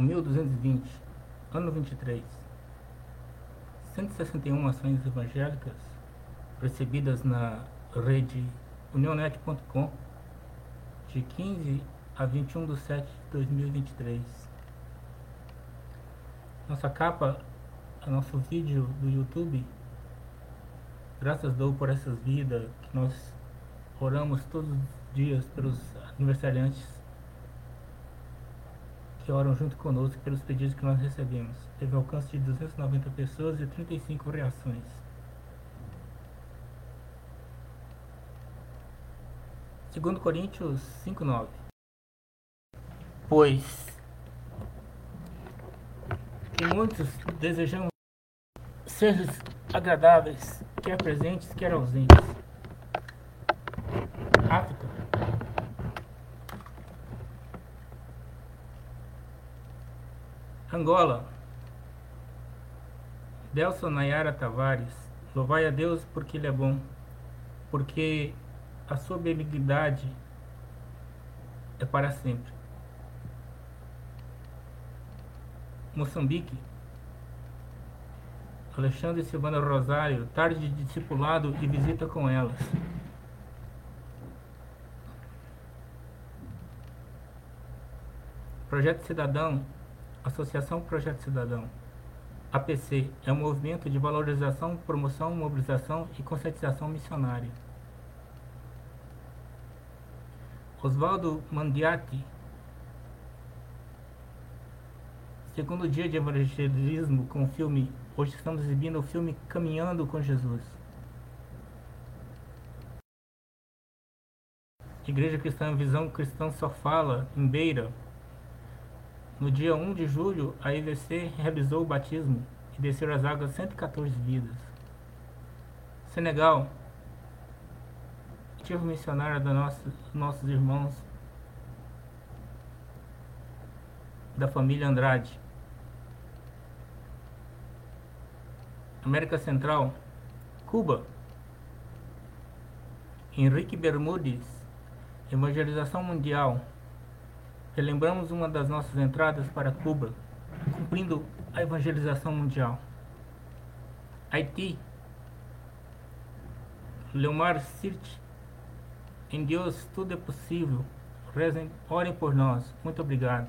1220, ano 23. 161 ações evangélicas recebidas na rede unionet.com de 15 a 21 de 7 de 2023. Nossa capa, nosso vídeo do YouTube. Graças dou por essas vidas que nós oramos todos os dias pelos aniversariantes que oram junto conosco pelos pedidos que nós recebemos. Teve alcance de 290 pessoas e 35 reações. Segundo Coríntios 5:9. Pois que muitos desejamos ser agradáveis, quer presentes, quer ausentes. África. Angola. Delson Nayara Tavares. Louvai a Deus porque Ele é bom, porque a sua benignidade é para sempre. Moçambique. Alexandre e Silvana Rosário, tarde de discipulado e visita com elas. Projeto Cidadão, Associação Projeto Cidadão. APC é um movimento de valorização, promoção, mobilização e conscientização missionária. Oswaldo Mandiati. Segundo dia de evangelismo com o filme. Hoje estamos exibindo o filme Caminhando com Jesus. Igreja Cristã Visão Cristã Só Fala, em Beira. No dia 1 de julho, a IVC realizou o batismo e desceram as águas 114 vidas. Senegal. Ativo missionário dos nossos irmãos da família Andrade. América Central. Cuba. Henrique Bermúdez. Evangelização Mundial. Relembramos uma das nossas entradas para Cuba, cumprindo a evangelização mundial. Haiti. Leomar Sirt. Em Deus tudo é possível. Rezem, orem por nós. Muito obrigado.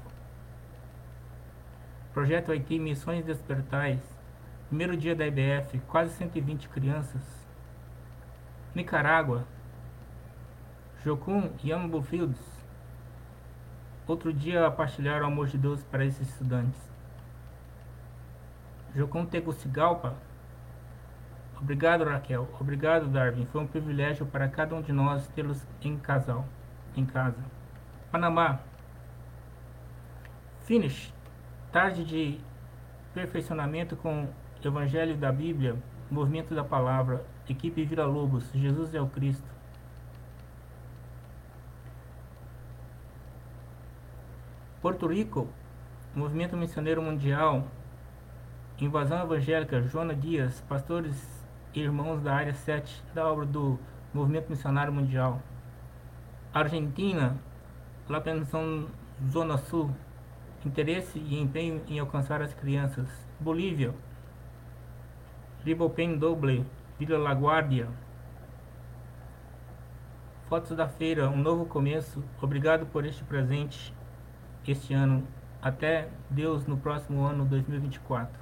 Projeto Haiti Missões Despertais. Primeiro dia da IBF, quase 120 crianças. Nicarágua. Jocum e Ambo Fields. Outro dia partilharam o amor de Deus para esses estudantes. Jocum Tegucigalpa. Obrigado, Raquel. Obrigado, Darwin. Foi um privilégio para cada um de nós tê-los em casa. Panamá. Finish. Tarde de perfeccionamento com Evangelho da Bíblia, Movimento da Palavra, Equipe Vila Lobos, Jesus é o Cristo. Porto Rico, Movimento Missioneiro Mundial, Invasão Evangélica, Joana Dias, pastores e irmãos da área 7 da obra do Movimento Missionário Mundial. Argentina, La Pensão Zona Sul, interesse e empenho em alcançar as crianças. Bolívia, Ribopen Doble, Vila Laguardia. Fotos da feira, um novo começo. Obrigado por este presente este ano. Até Deus no próximo ano 2024.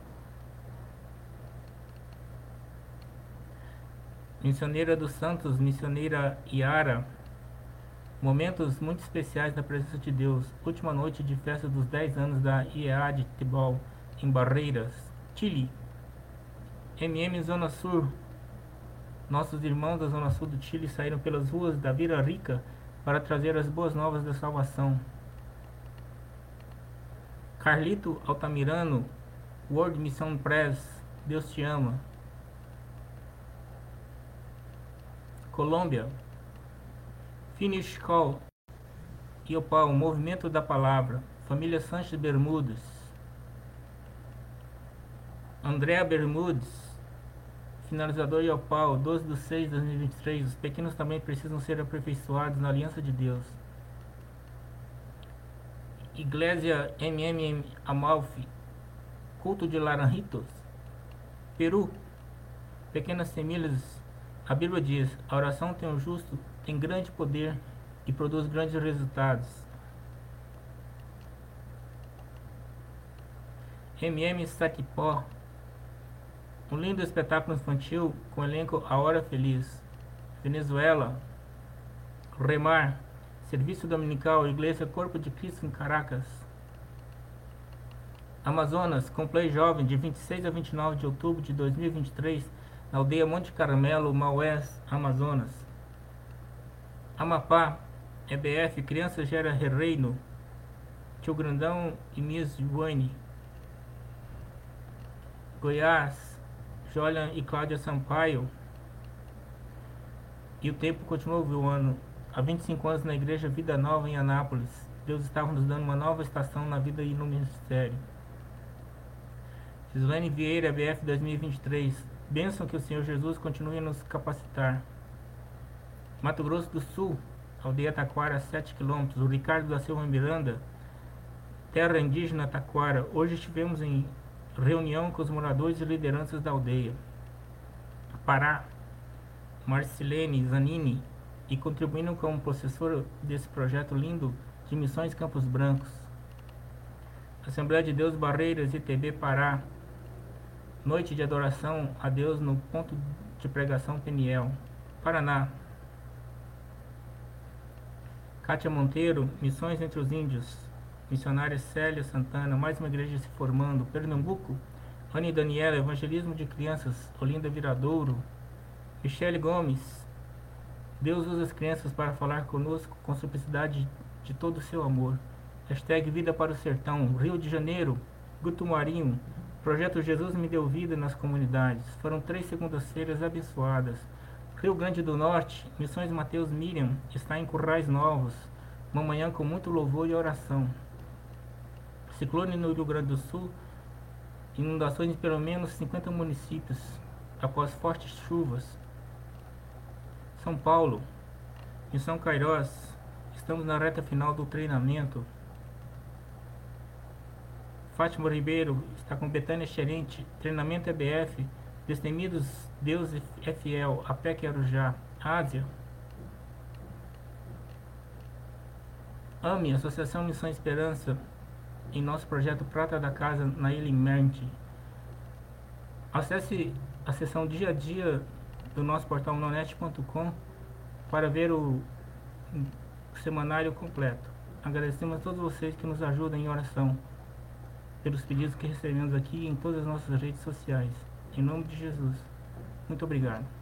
Missioneira dos Santos, missioneira Yara. Momentos muito especiais na presença de Deus. Última noite de festa dos 10 anos da IEA de Tibol, em Barreiras, Chile. Zona Sul. Nossos irmãos da Zona Sul do Chile saíram pelas ruas da Vila Rica para trazer as boas novas da salvação. Carlito Altamirano, World Mission Press, Deus te ama. Colômbia. Finish Call. Iopal, Movimento da Palavra. Família Sanches Bermudes. Andréa Bermudes. Finalizador Iopal, 12 de 6 de 2023. Os pequenos também precisam ser aperfeiçoados na aliança de Deus. Iglesia MM Amalfi, culto de Laranjitos, Peru, pequenas semilhas. A Bíblia diz: a oração tem um justo, tem grande poder e produz grandes resultados. MM Satipó, um lindo espetáculo infantil com elenco A Hora Feliz. Venezuela, Remar, serviço dominical, Igreja Corpo de Cristo em Caracas. Amazonas, com play jovem de 26 a 29 de outubro de 2023, na aldeia Monte Carmelo, Maués, Amazonas. Amapá, EBF, Criança Gera Reino, Tio Grandão e Miss Wayne. Goiás, Jolian e Cláudia Sampaio. E o tempo continuou voando. Há 25 anos na igreja Vida Nova em Anápolis, Deus estava nos dando uma nova estação na vida e no ministério. Gislaine Vieira, BF 2023. Bênção que o Senhor Jesus continue a nos capacitar. Mato Grosso do Sul, aldeia Taquara, 7 km. O Ricardo da Silva Miranda, terra indígena Taquara. Hoje estivemos em reunião com os moradores e lideranças da aldeia. Pará, Marcilene Zanini, e contribuindo como professor desse projeto lindo de Missões Campos Brancos. Assembleia de Deus Barreiras, ITB Pará. Noite de adoração a Deus no ponto de pregação Peniel, Paraná. Kátia Monteiro, Missões entre os Índios. Missionária Célia Santana, mais uma igreja se formando. Pernambuco, Anne Daniela, Evangelismo de Crianças, Olinda Viradouro. Michele Gomes, Deus usa as crianças para falar conosco com simplicidade de todo o seu amor. Hashtag Vida para o Sertão, Rio de Janeiro, Guto Marinho. Projeto Jesus me deu vida nas comunidades. Foram 3 segundas-feiras abençoadas. Rio Grande do Norte, Missões Mateus Miriam, está em Currais Novos. Uma manhã com muito louvor e oração. Ciclone no Rio Grande do Sul, inundações em pelo menos 50 municípios após fortes chuvas. São Paulo, Missão Cairós, estamos na reta final do treinamento. Fátima Ribeiro está com Betânia Xerente, treinamento EBF, Destemidos, Deus é Fiel, APEC Arujá, Ásia. AME, Associação Missão Esperança, em nosso projeto Prata da Casa, na Ilha Mente. Acesse a seção dia a dia do nosso portal nonet.com para ver o semanário completo. Agradecemos a todos vocês que nos ajudam em oração, pelos pedidos que recebemos aqui em todas as nossas redes sociais. Em nome de Jesus. Muito obrigado.